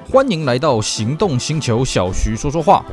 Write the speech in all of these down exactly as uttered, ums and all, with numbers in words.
欢迎来到行动星球，小徐说说话。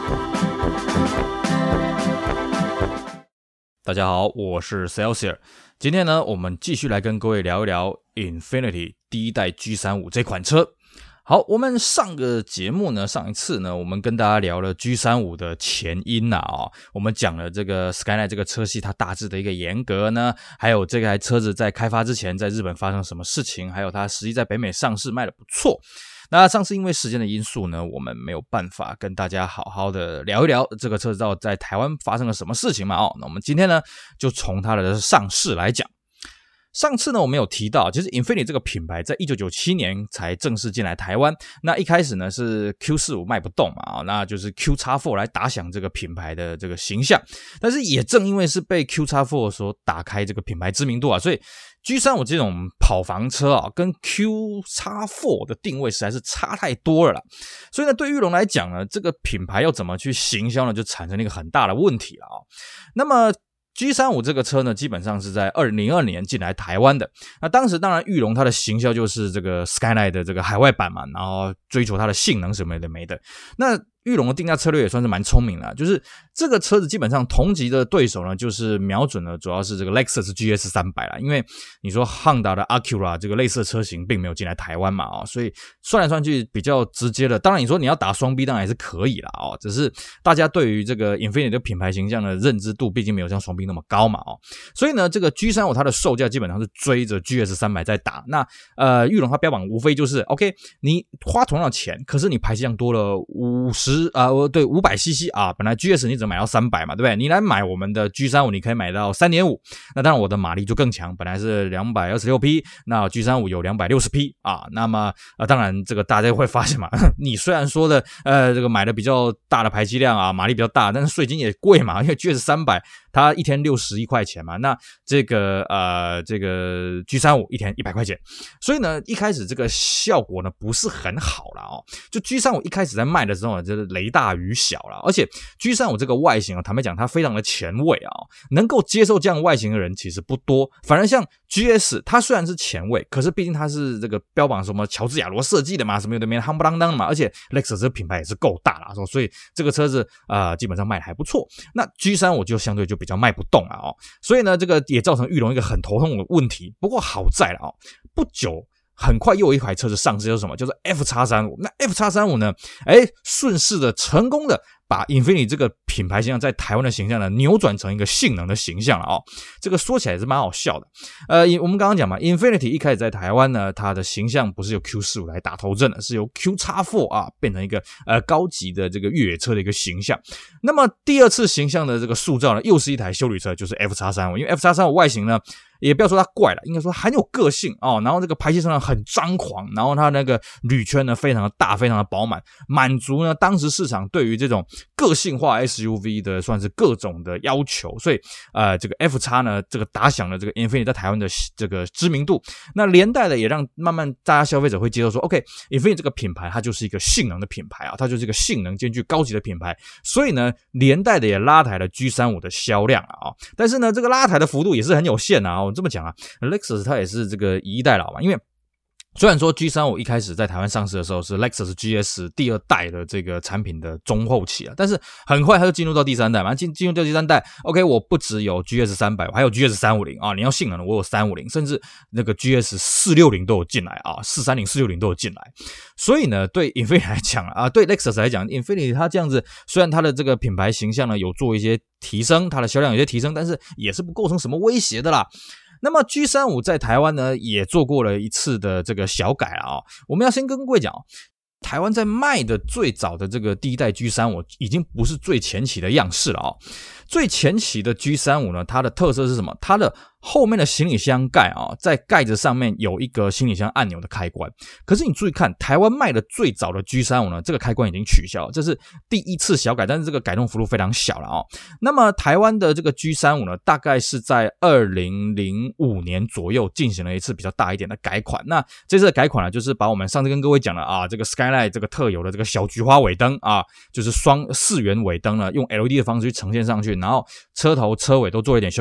大家好，我是 Celsius。今天呢，我们继续来跟各位聊一聊 Infiniti 第一代 G 三十五 这款车。好，我们上个节目呢，上一次呢，我们跟大家聊了 G 三十五 的前因啊、哦，我们讲了这个 Skyline 这个车系它大致的一个严格呢，还有这台车子在开发之前在日本发生什么事情，还有它实际在北美上市卖得不错。那上次因为时间的因素呢，我们没有办法跟大家好好的聊一聊这个车子在台湾发生了什么事情嘛哦，那我们今天呢就从它的上市来讲。上次呢，我们有提到，其实 Infiniti 这个品牌在一九九七年才正式进来台湾。那一开始呢是 Q 四十五 卖不动嘛，那就是 Q 四十四 来打响这个品牌的这个形象。但是也正因为是被 Q 四十四 所打开这个品牌知名度啊，所以 G 三十五 这种跑房车啊，跟 Q 四十四 的定位实在是差太多了啦。所以呢，对裕隆来讲呢，这个品牌要怎么去行销呢，就产生了一个很大的问题了啊。那么G 三十五 这个车呢，基本上是在二零零二年进来台湾的。那当时当然裕隆它的行销就是这个 Skyline 的这个海外版嘛，然后追求它的性能什么的没的。那裕隆的定价策略也算是蛮聪明的，就是这个车子基本上同级的对手呢，就是瞄准了主要是这个 Lexus G S 三百 啦，因为你说 Honda 的 Acura 这个类似的车型并没有进来台湾嘛，哦，所以算来算去比较直接的。当然你说你要打双 B 当然还是可以啦，哦，只是大家对于这个 Infiniti 的品牌形象的认知度毕竟没有像双 B 那么高嘛，哦，所以呢这个 G 三十五 它的售价基本上是追着 G S 三百 在打。那呃裕隆它标榜无非就是 OK 你花同样的钱，可是你排气量多了五十啊、呃，对 五百 C C 啊，本来 G S 你只能买到三百嘛，对不对？你来买我们的 G 三十五 你可以买到 三点五， 那当然我的马力就更强，本来是两百二十六匹，那 G 三十五 有两百六十匹啊。那么呃当然这个大家会发现嘛，你虽然说的呃这个买的比较大的排气量啊，马力比较大，但是税金也贵嘛，因为 G S 三百它一天六十一块钱嘛，那这个呃这个 G 三十五 一天一百块钱，所以呢一开始这个效果呢不是很好啦哦。就 G 三十五 一开始在卖的时候呢，就是雷大雨小啦，而且 G 三十五 这个外形啊，坦白讲它非常的前卫啊，能够接受这样外形的人其实不多。反而像 G S 它虽然是前卫，可是毕竟它是这个标榜什么乔治亚罗设计的嘛，什么有的没的夯不啷当的嘛，而且 Lexus 这个品牌也是够大啦，所以这个车子呃基本上卖的还不错。那 G 三十五 就相对就比较卖不动了哦，所以呢这个也造成裕隆一个很头痛的问题。不过好在了哦，不久很快又有一台车子上市，就是什么？就是 F 三十五。那 F 三十五 呢，诶顺势的成功的把 Infiniti 这个品牌形象在台湾的形象呢扭转成一个性能的形象了哦。这个说起来也是蛮好笑的。呃我们刚刚讲嘛， Infiniti 一开始在台湾呢，它的形象不是由 Q 四十五 来打头阵的，是由 Q 四十四 啊变成一个呃高级的这个越野车的一个形象。那么第二次形象的这个塑造呢，又是一台休旅车，就是 F 三十五。因为 F 三十五 外形呢也不要说它怪了，应该说很有个性哦。然后这个排气声呢很张狂，然后它那个铝圈呢非常的大，非常的饱满，满足呢当时市场对于这种个性化 S U V 的算是各种的要求。所以呃这个 F 叉 呢这个打响了这个 Infiniti 在台湾的这个知名度，那连带的也让慢慢大家消费者会接受说 OK Infiniti 这个品牌它就是一个性能的品牌啊，它就是一个性能兼具高级的品牌。所以呢连带的也拉抬了 G 三十五 的销量啊、哦。但是呢这个拉抬的幅度也是很有限啊、哦。这么讲啊 Lexus 它也是这个以逸待劳嘛，因为虽然说 G 三十五 一开始在台湾上市的时候是 Lexus G S 第二代的这个产品的中后期啊，但是很快它就进入到第三代嘛，进进入到第三代 OK 我不只有 G S 三百， 我还有 G S 三五零 啊，你要性能的我有三五零，甚至那个 G S 四六零都有进来啊，四三零 四六零都有进来。所以呢对 Infiniti 来讲啊，对 Lexus 来讲 Infiniti 它这样子虽然它的这个品牌形象呢有做一些提升，它的销量有些提升，但是也是不构成什么威胁的啦。那么 G 三十五 在台湾呢也做过了一次的这个小改啊、哦，我们要先跟各位讲，台湾在卖的最早的这个第一代 G 三十五 已经不是最前期的样式了哦。最前期的 G 三十五 呢，它的特色是什么？它的后面的行李箱盖啊，在盖子上面有一个行李箱按钮的开关。可是你注意看，台湾卖的最早的 G 三十五 呢，这个开关已经取消了，这是第一次小改，但是这个改动幅度非常小了哦。那么台湾的这个 G 三十五 呢，大概是在二零零五年左右进行了一次比较大一点的改款。那这次的改款呢，就是把我们上次跟各位讲了啊，这个 Skyline 这个特有的这个小菊花尾灯啊，就是双四元尾灯呢，用 L E D 的方式去呈现上去，然后车头车尾都做了一点修改，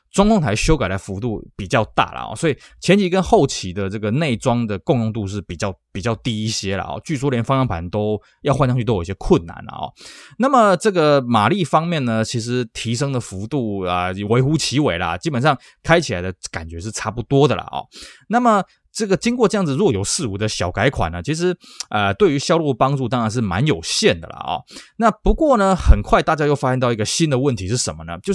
中控台修改的幅度比较大啦，所以前期跟后期的这个内装的共用度是比较比较低一些啦，据说连方向盘都要换上去都有一些困难啦。那么这个马力方面呢，其实提升的幅度啊微乎其微啦，基本上开起来的感觉是差不多的啦。那么这个经过这样子若有似无的小改款呢，其实呃对于销路帮助当然是蛮有限的啦啊。那不过呢，很快大家又发现到一个新的问题是什么呢？就是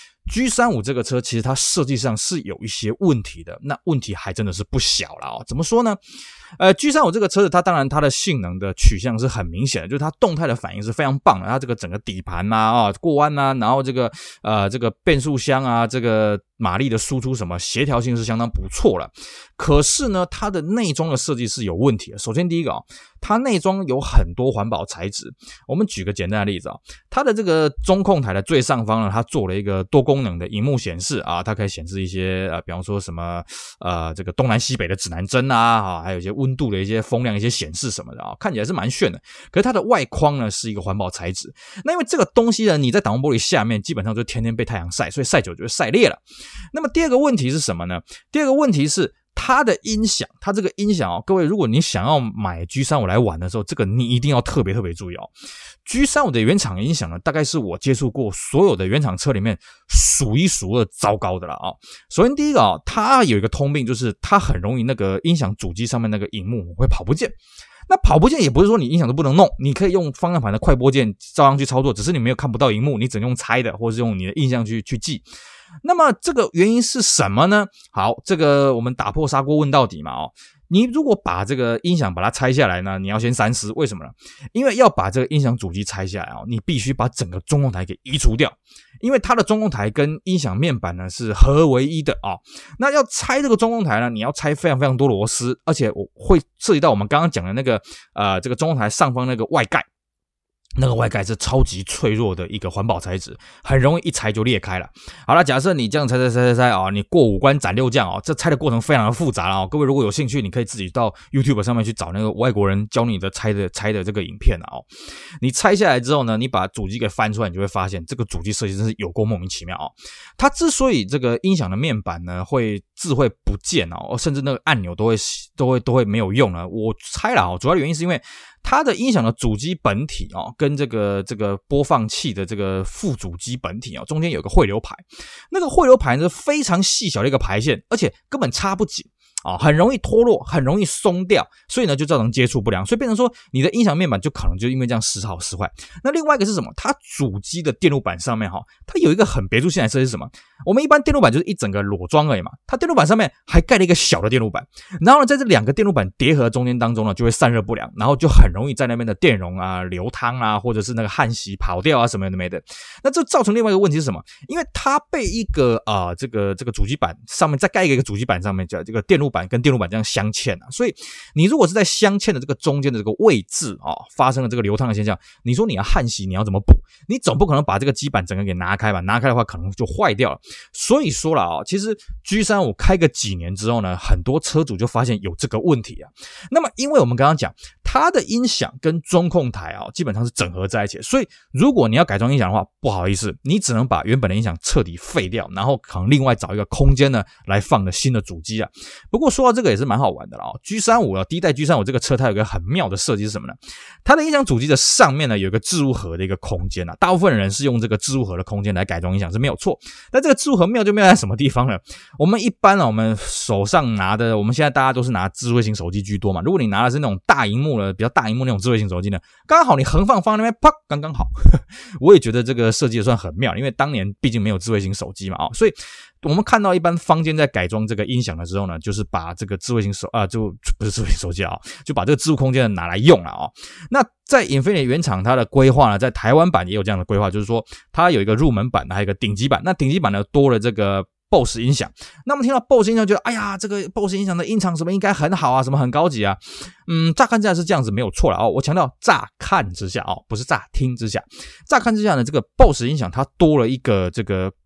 G 三十五 这个车其实它设计上是有一些问题的，那问题还真的是不小啦哦。怎么说呢？呃 G 三十五 这个车子它当然它的性能的取向是很明显的，就是它动态的反应是非常棒的，它这个整个底盘啊、哦、过弯啊，然后这个呃这个变速箱啊，这个马力的输出什么协调性是相当不错了。可是呢，它的内装的设计是有问题的。首先第一个哦，它内装有很多环保材质。我们举个简单的例子啊、哦，它的这个中控台的最上方呢，它做了一个多功能的萤幕显示啊，它可以显示一些呃，比方说什么呃这个东南西北的指南针啊，啊还有一些温度的一些风量一些显示什么的啊，看起来是蛮炫的。可是它的外框呢是一个环保材质，那因为这个东西呢，你在挡风玻璃下面基本上就天天被太阳晒，所以晒久就会晒裂了。那么第二个问题是什么呢？第二个问题是它的音响，它这个音响哦，各位如果你想要买 G 三十五 来玩的时候，这个你一定要特别特别注意哦。G 三十五 的原厂音响呢，大概是我接触过所有的原厂车里面数一数二糟糕的了啊、哦。首先第一个啊、哦，它有一个通病，就是它很容易那个音响主机上面那个萤幕会跑不见。那跑不见也不是说你音响都不能弄，你可以用方向盘的快拨键照样去操作，只是你没有看不到萤幕，你只能用猜的，或是用你的印象去去记。那么这个原因是什么呢？好，这个我们打破砂锅问到底嘛哦。你如果把这个音响把它拆下来呢，你要先三思，为什么呢？因为要把这个音响主机拆下来哦，你必须把整个中控台给移除掉，因为它的中控台跟音响面板呢是合而为一的啊、哦。那要拆这个中控台呢，你要拆非常非常多螺丝，而且我会涉及到我们刚刚讲的那个呃这个中控台上方那个外盖。那个外盖是超级脆弱的一个环保材质，很容易一拆就裂开了。好了，假设你这样拆拆拆拆拆啊，你过五关斩六将啊，这拆的过程非常的复杂啊。各位如果有兴趣，你可以自己到 YouTube 上面去找那个外国人教你的拆的拆的这个影片啊。你拆下来之后呢，你把主机给翻出来，你就会发现这个主机设计真是有够莫名其妙啊。它之所以这个音响的面板呢会字会不见哦，甚至那个按钮都会都会都会没有用了，我猜了啊，主要的原因是因为它的音响的主机本体哦，跟这个这个播放器的这个副主机本体哦，中间有个汇流排，那个汇流排是非常细小的一个排线，而且根本插不紧。哦，很容易脱落，很容易松掉，所以呢就造成接触不良，所以变成说你的音响面板就可能就因为这样时好时坏。那另外一个是什么？它主机的电路板上面哈，它有一个很别出心裁的设计是什么？我们一般电路板就是一整个裸装而已嘛，它电路板上面还盖了一个小的电路板，然后呢在这两个电路板叠合中间当中呢就会散热不良，然后就很容易在那边的电容啊流汤啊，或者是那个焊锡跑掉啊什么的没的。那这造成另外一个问题是什么？因为它被一个啊、呃、这个这个主机板上面再盖一个主机板上面叫这个电路板跟电路板这样镶嵌啊，所以你如果是在镶嵌的这个中间的这个位置啊、哦，发生了这个流汤的现象，你说你要焊锡，你要怎么补？你总不可能把这个基板整个给拿开吧？拿开的话可能就坏掉了。所以说了啊、哦，其实 G 三十五 开个几年之后呢，很多车主就发现有这个问题啊。那么因为我们刚刚讲它的音响跟中控台啊、哦，基本上是整合在一起，所以如果你要改装音响的话，不好意思，你只能把原本的音响彻底废掉，然后可能另外找一个空间呢来放个新的主机啊。不过说到这个也是蛮好玩的啦、哦、G 三十五 啊，第一代 G 三十五 这个车它有一个很妙的设计是什么呢？它的音响主机的上面呢有一个置入盒的一个空间啊，大部分人是用这个置入盒的空间来改装音响是没有错，但这个置入盒妙就妙在什么地方呢？我们一般啊，我们手上拿的，我们现在大家都是拿智慧型手机居多嘛，如果你拿的是那种大萤幕的比较大萤幕那种智慧型手机呢，刚好你横放放那边，啪，刚刚好。我也觉得这个设计也算很妙，因为当年毕竟没有智慧型手机嘛，哦，所以我们看到一般坊间在改装这个音响的时候呢，就是把这个智慧型手啊，就不是智慧型手机啊，就把这个置物空间拿来用了啊、哦。那在 Infiniti 原厂它的规划呢，在台湾版也有这样的规划，就是说它有一个入门版，还有一个顶级版。那顶级版呢多了这个 B O S S 音响，那么听到 B O S S 音响，觉得哎呀，这个 B O S S 音响的音场什么应该很好啊，什么很高级啊。嗯，乍看之下是这样子没有错了哦。我强调乍看之下哦，不是乍听之下。乍看之下呢，这个 B O S S 音响它多了一个这个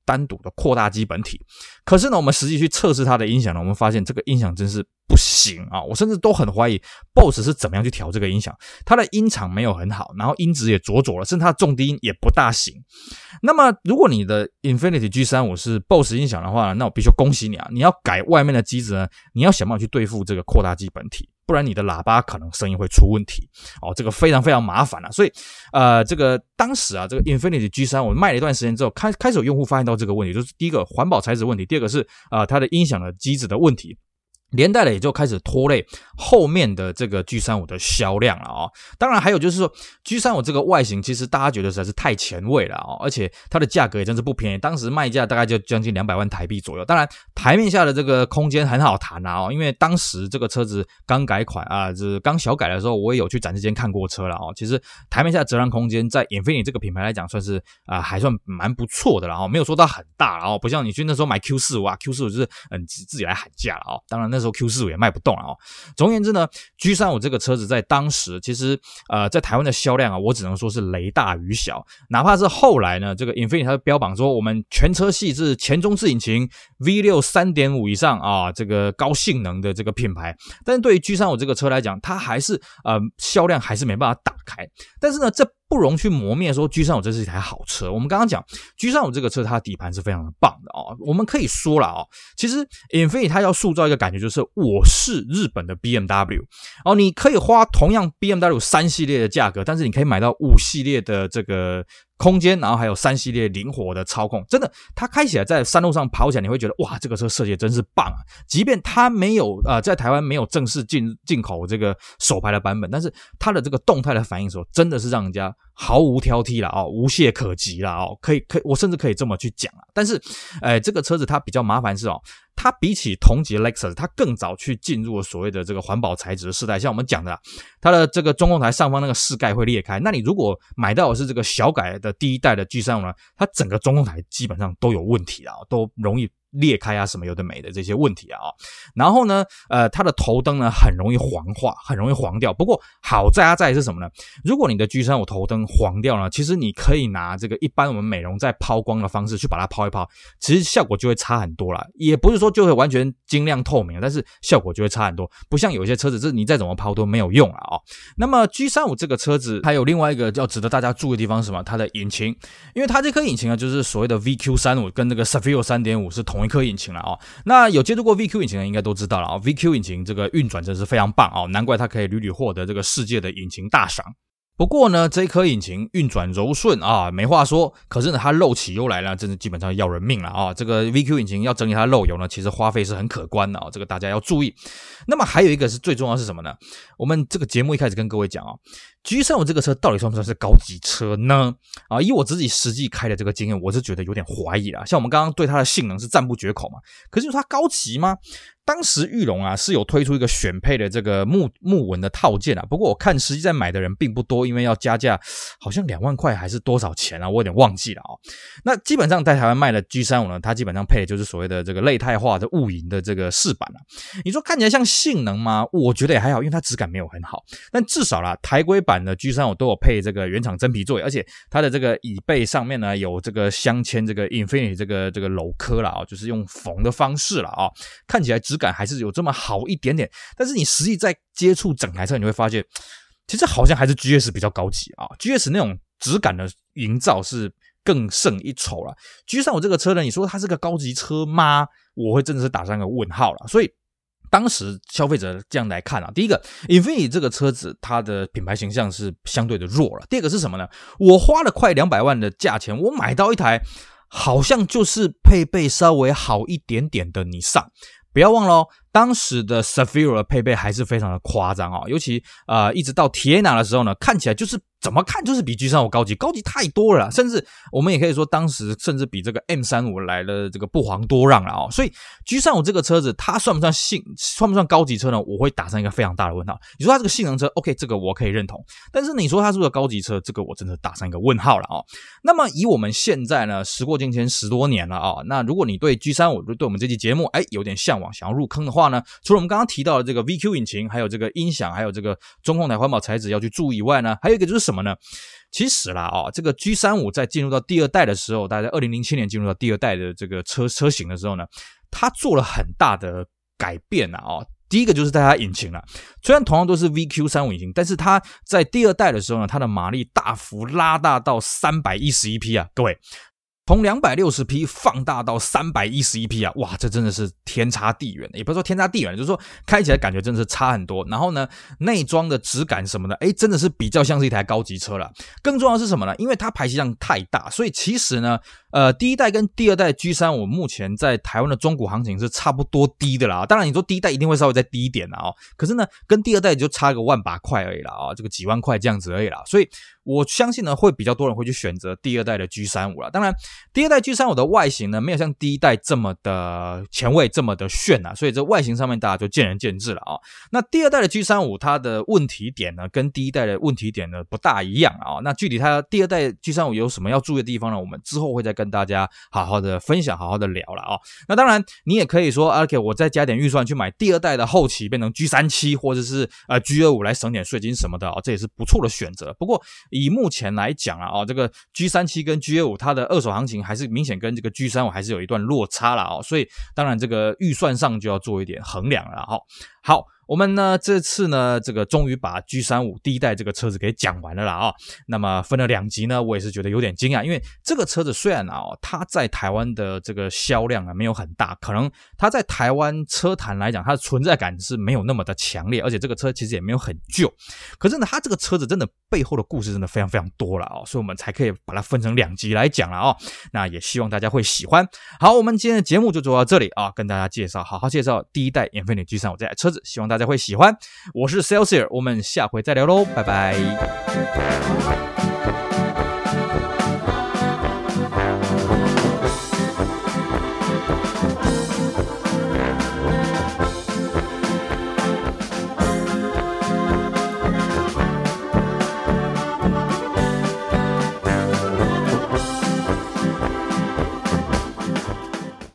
单独的扩大基本体。可是呢，我们实际去测试它的音响呢，我们发现这个音响真是不行啊！我甚至都很怀疑 B O S S 是怎么样去调这个音响，它的音场没有很好，然后音质也浊浊了，甚至它的重低音也不大行。那么如果你的 Infinity G 三十五 是 B O S S 音响的话呢，那我必须恭喜你啊！你要改外面的机子呢，你要想办法去对付这个扩大基本体，不然你的喇叭可能声音会出问题哦，这个非常非常麻烦啊。所以呃，这个当时啊，这个 Infinity G 三十五 卖了一段时间之后，开开始有用户发现到这个问题，就是第一个环保材质问题，第二个是呃它的音响的机子的问题。连带的也就开始拖累后面的这个 G 三十五 的销量了哦。当然还有就是说 G 三十五 这个外形其实大家觉得实在是太前卫了哦，而且它的价格也真是不便宜，当时卖价大概就将近两百万台币左右。当然台面下的这个空间很好谈啊哦，因为当时这个车子刚改款啊，就是刚小改的时候，我也有去展示间看过车了哦。其实台面下的折让空间在 Infinity 这个品牌来讲算是啊、呃、还算蛮不错的了哦，没有说到很大了哦，不像你去那时候买 Q 四十五 啊 ，Q 四十五 就是嗯自己来喊价了哦。当然那时候 Q 四十五 也卖不动了哦。总而言之呢 ，G 三十五 这个车子在当时其实呃在台湾的销量啊，我只能说是雷大雨小。哪怕是后来呢，这个 Infinity 它标榜说我们全车系是前中置引擎 V 六 三点五 以上啊，这个高性能的这个品牌，但是对于 G 三十五 这个车来讲，它还是呃销量还是没办法打开。但是呢，这不容去磨灭说 G 三十五 这是一台好车。我们刚刚讲 G 三十五 这个车它的底盘是非常的棒的哦。我们可以说了哦，其实 Infinity 它要塑造一个感觉，就是我是日本的 B M W 哦，你可以花同样 B M W 三系列的价格，但是你可以买到五系列的这个空间，然后还有三系列灵活的操控，真的它开起来在山路上跑起来，你会觉得哇，这个车设计真是棒啊！即便它没有呃在台湾没有正式进进口这个手排的版本，但是它的这个动态的反应的时候，真的是让人家毫无挑剔啦哦，无懈可击啦哦，可以可以，我甚至可以这么去讲啊。但是，呃，这个车子它比较麻烦是哦，它比起同级 Lexus， 它更早去进入了所谓的这个环保材质的世代。像我们讲的啦，它的这个中控台上方那个饰盖会裂开，那你如果买到的是这个小改的第一代的 G 三十五 呢，它整个中控台基本上都有问题啊，都容易裂开啊，什么有的没的这些问题啊、哦。然后呢，呃，它的头灯呢很容易黄化，很容易黄掉。不过好在它在是什么呢？如果你的 G 三十五 头灯黄掉呢，其实你可以拿这个一般我们美容在抛光的方式去把它抛一抛，其实效果就会差很多啦。也不是说就会完全晶亮透明，但是效果就会差很多。不像有一些车子，这你再怎么抛都没有用了啊、哦。那么 G 三十五 这个车子还有另外一个要值得大家注意的地方是什么？它的引擎，因为它这颗引擎呢，就是所谓的 V Q 三十五 跟这个 Zafiro 三点五 是同一颗引擎了哦。那有接触过 V Q 引擎的应该都知道了啊、哦、，V Q 引擎这个运转真是非常棒哦，难怪它可以屡屡获得这个世界的引擎大赏。不过呢，这一颗引擎运转柔顺啊，没话说。可是呢，它漏起油来呢，真是基本上要人命了啊！这个 V Q 引擎要整理它的漏油呢，其实花费是很可观的啊，这个大家要注意。那么还有一个是最重要的是什么呢？我们这个节目一开始跟各位讲啊 ，G 三十五 这个车到底算不算是高级车呢？啊，以我自己实际开的这个经验，我是觉得有点怀疑啦。像我们刚刚对它的性能是赞不绝口嘛，可是它高级吗？当时裕隆啊是有推出一个选配的这个木木纹的套件啊，不过我看实际在买的人并不多，因为要加价，好像两万块还是多少钱啊，我有点忘记了啊、哦。那基本上在台湾卖的 G 三十五 呢，它基本上配的就是所谓的这个类钛化的雾银的这个饰板啊。你说看起来像性能吗？我觉得也还好，因为它质感没有很好，但至少啦，台规版的 G 三十五 都有配这个原厂真皮座椅，而且它的这个椅背上面呢有这个镶嵌这个 Infinity 这个这个镂刻啦啊、哦，就是用缝的方式啦啊、哦，看起来质感还是有这么好一点点，但是你实际在接触整台车，你会发现，其实好像还是 G S 比较高级啊 ，G S 那种质感的营造是更胜一筹了。G 三十五 这个车呢，你说它是个高级车吗？我会真的是打上个问号了。所以当时消费者这样来看啊，第一个 Infinity 这个车子它的品牌形象是相对的弱了。第二个是什么呢？我花了快两百万的价钱，我买到一台好像就是配备稍微好一点点的尼桑。不要忘了哦，当时的 Zafiro 的配备还是非常的夸张哦，尤其呃一直到 Tiana 的时候呢，看起来就是怎么看就是比 G 三十五 高级，高级太多了啦，甚至我们也可以说当时甚至比这个 M 三十五 来了这个不遑多让了哦。所以 G 三十五 这个车子它算不算性算不算高级车呢？我会打上一个非常大的问号。你说它这个性能车 OK， 这个我可以认同，但是你说它是不是高级车，这个我真的打上一个问号了哦。那么以我们现在呢，时过境迁十多年了啊、哦，那如果你对 G 三十五 对我们这期节目哎有点向往，想要入坑的话呢，除了我们刚刚提到的这个 V Q 引擎，还有这个音响，还有这个中控台环保材质要去注意以外呢，还有一个就是什么呢？ 其实啦哦，这个 G 三十五 在进入到第二代的时候，大概在二零零七年进入到第二代的这个车车型的时候呢，它做了很大的改变啊哦。第一个就是在它引擎啦，虽然同样都是 V Q 三十五 引擎，但是它在第二代的时候呢，它的马力大幅拉大到三百一十一匹啊，各位。从两百六十匹放大到三百一十一匹啊，哇，这真的是天差地远，也不是说天差地远，就是说开起来感觉真的是差很多。然后呢，内装的质感什么的，诶，真的是比较像是一台高级车了。更重要的是什么呢？因为它排气量太大，所以其实呢，呃，第一代跟第二代 G 三十五 目前在台湾的中古行情是差不多低的啦。当然你说第一代一定会稍微再低一点啦哦，可是呢，跟第二代就差个万把块而已啦啊，这个几万块这样子而已啦。所以我相信呢，会比较多人会去选择第二代的 G 三十五 啦。当然，第二代 G 三十五 的外形呢，没有像第一代这么的前卫，这么的炫啊，所以这外形上面大家就见仁见智了啊、哦。那第二代的 G 三十五 它的问题点呢，跟第一代的问题点呢不大一样啊、哦。那具体它第二代 G 三十五 有什么要注意的地方呢？我们之后会再跟大家好好的分享，好好的聊了啊、哦。那当然，你也可以说 ，OK， 我再加点预算去买第二代的后期变成 G 三十七 或者是呃 G 二十五 来省点税金什么的啊、哦，这也是不错的选择。不过以目前来讲啊，哦，这个 G 三十七 跟 G 二十五 它的二手行情还是明显跟这个 G 三十五 还是有一段落差啦哦，所以当然这个预算上就要做一点衡量了哈。好，我们呢这次呢这个终于把 G 三十五 第一代这个车子给讲完了啦啊、哦。那么分了两集呢，我也是觉得有点惊讶，因为这个车子虽然啊、哦、它在台湾的这个销量啊没有很大，可能它在台湾车坛来讲它的存在感是没有那么的强烈，而且这个车其实也没有很旧，可是呢它这个车子真的背后的故事真的非常非常多了哦，所以我们才可以把它分成两集来讲了哦。那也希望大家会喜欢。好，我们今天的节目就做到这里啊，跟大家介绍好好介绍第一代 Infiniti G 三十五 这台车子，希望大家会喜欢。我是 Celsius， 我们下回再聊喽，拜拜。